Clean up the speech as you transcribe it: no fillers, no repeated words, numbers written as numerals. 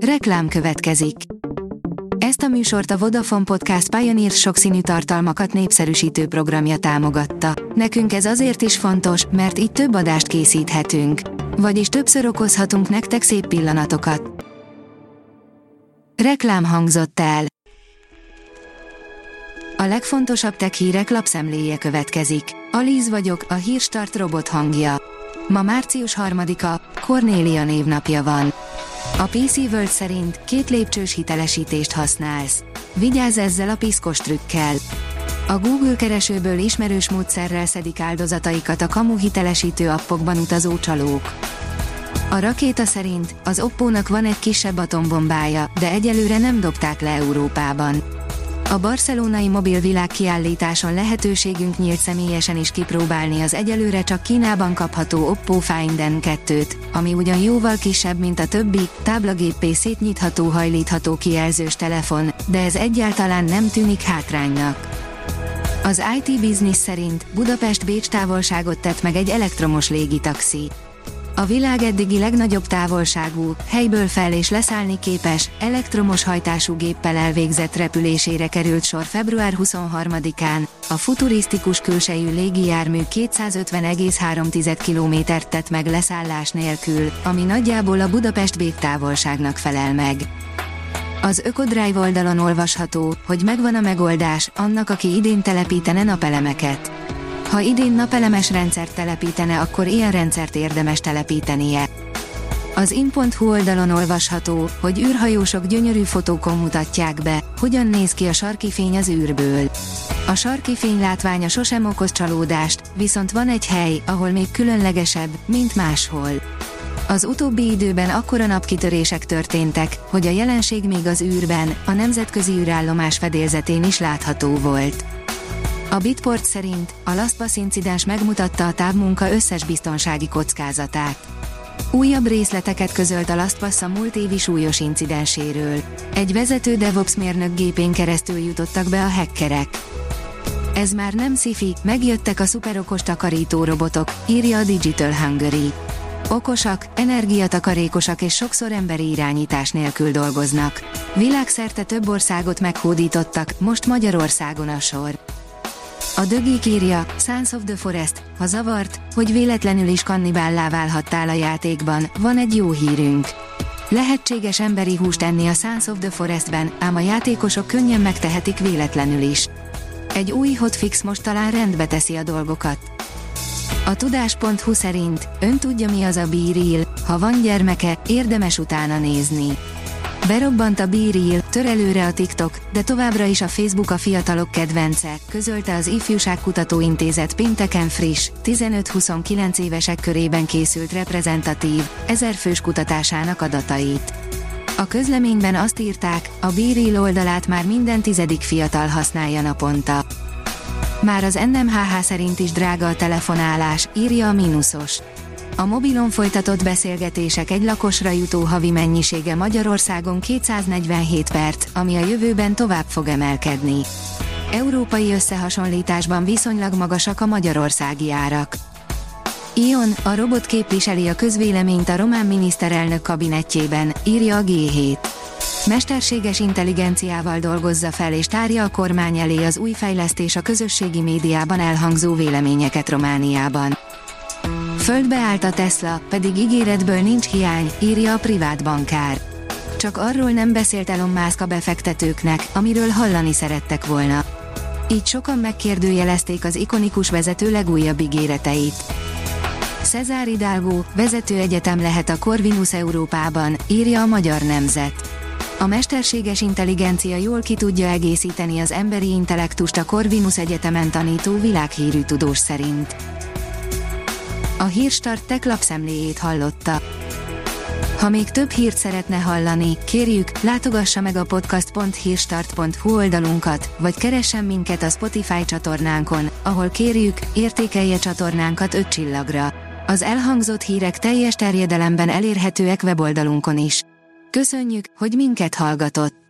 Reklám következik. Ezt a műsort a Vodafone Podcast Pioneer sokszínű tartalmakat népszerűsítő programja támogatta. Nekünk ez azért is fontos, mert így több adást készíthetünk. Vagyis többször okozhatunk nektek szép pillanatokat. Reklám hangzott el. A legfontosabb tech hírek lapszemléje következik. Alíz vagyok, a Hírstart robot hangja. Ma március 3-a, Kornélia névnapja van. A PC World szerint 2 lépcsős hitelesítést használsz. Vigyázz ezzel a piszkos trükkel. A Google keresőből ismerős módszerrel szedik áldozataikat a kamu hitelesítő appokban utazó csalók. A rakéta szerint az Oppónak van egy kisebb atombombája, de egyelőre nem dobták le Európában. A barcelonai mobil világkiállításon lehetőségünk nyílt személyesen is kipróbálni az egyelőre csak Kínában kapható Oppo Find N2-t, ami ugyan jóval kisebb, mint a többi, táblagéppé szétnyitható hajlítható kijelzős telefon, de ez egyáltalán nem tűnik hátránynak. Az IT Business szerint Budapest-Bécs távolságot tett meg egy elektromos légitaxi. A világ eddigi legnagyobb távolságú, helyből fel- és leszállni képes, elektromos hajtású géppel elvégzett repülésére került sor február 23-án, a futurisztikus külsejű légijármű 250,3 kilométert tett meg leszállás nélkül, ami nagyjából a Budapest-Bécs távolságnak felel meg. Az Ökodrive oldalon olvasható, hogy megvan a megoldás annak, aki idén telepítene napelemeket. Ha idén napelemes rendszert telepítene, akkor ilyen rendszert érdemes telepítenie. Az in.hu oldalon olvasható, hogy űrhajósok gyönyörű fotókon mutatják be, hogyan néz ki a sarki fény az űrből. A sarki fény látványa sosem okoz csalódást, viszont van egy hely, ahol még különlegesebb, mint máshol. Az utóbbi időben akkora napkitörések történtek, hogy a jelenség még az űrben, a nemzetközi űrállomás fedélzetén is látható volt. A Bitport szerint a LastPass incidens megmutatta a távmunka összes biztonsági kockázatát. Újabb részleteket közölt a LastPass a múlt évi súlyos incidenséről. Egy vezető DevOps mérnök gépén keresztül jutottak be a hackerek. Ez már nem sci-fi, megjöttek a szuperokos takarító robotok, írja a Digital Hungary. Okosak, energiatakarékosak és sokszor emberi irányítás nélkül dolgoznak. Világszerte több országot meghódítottak, most Magyarországon a sor. A The Geek írja, Sons of the Forest, ha zavart, hogy véletlenül is kannibállá válhattál a játékban, van egy jó hírünk. Lehetséges emberi húst enni a Sons of the Forestben, ám a játékosok könnyen megtehetik véletlenül is. Egy új hotfix most talán rendbe teszi a dolgokat. A tudás.hu szerint ön tudja, mi az a BeReal, ha van gyermeke, érdemes utána nézni. Berobbant a BeReal, tör előre a TikTok, de továbbra is a Facebook a fiatalok kedvence, közölte az Ifjúságkutató Intézet pénteken friss, 15-29 évesek körében készült reprezentatív, 1000 fős kutatásának adatait. A közleményben azt írták, a BeReal oldalát már minden 10. fiatal használja naponta. Már az NMHH szerint is drága a telefonálás, írja a Minusos. A mobilon folytatott beszélgetések egy lakosra jutó havi mennyisége Magyarországon 247 perc, ami a jövőben tovább fog emelkedni. Európai összehasonlításban viszonylag magasak a magyarországi árak. Ion, a robot képviseli a közvéleményt a román miniszterelnök kabinettjében, írja a G7. Mesterséges intelligenciával dolgozza fel és tárja a kormány elé az új fejlesztés a közösségi médiában elhangzó véleményeket Romániában. Földbe állt a Tesla, pedig ígéretből nincs hiány, írja a privát bankár. Csak arról nem beszélt Elon Musk a befektetőknek, amiről hallani szerettek volna. Így sokan megkérdőjelezték az ikonikus vezető legújabb ígéreteit. Cesar Hidalgo, vezető egyetem lehet a Corvinus Európában, írja a Magyar Nemzet. A mesterséges intelligencia jól ki tudja egészíteni az emberi intellektust a Corvinus Egyetemen tanító világhírű tudós szerint. A Hírstart tech lapszemléjét hallotta. Ha még több hírt szeretne hallani, kérjük, látogassa meg a podcast.hírstart.hu oldalunkat, vagy keressen minket a Spotify csatornánkon, ahol kérjük, értékelje csatornánkat 5 csillagra. Az elhangzott hírek teljes terjedelemben elérhetőek weboldalunkon is. Köszönjük, hogy minket hallgatott!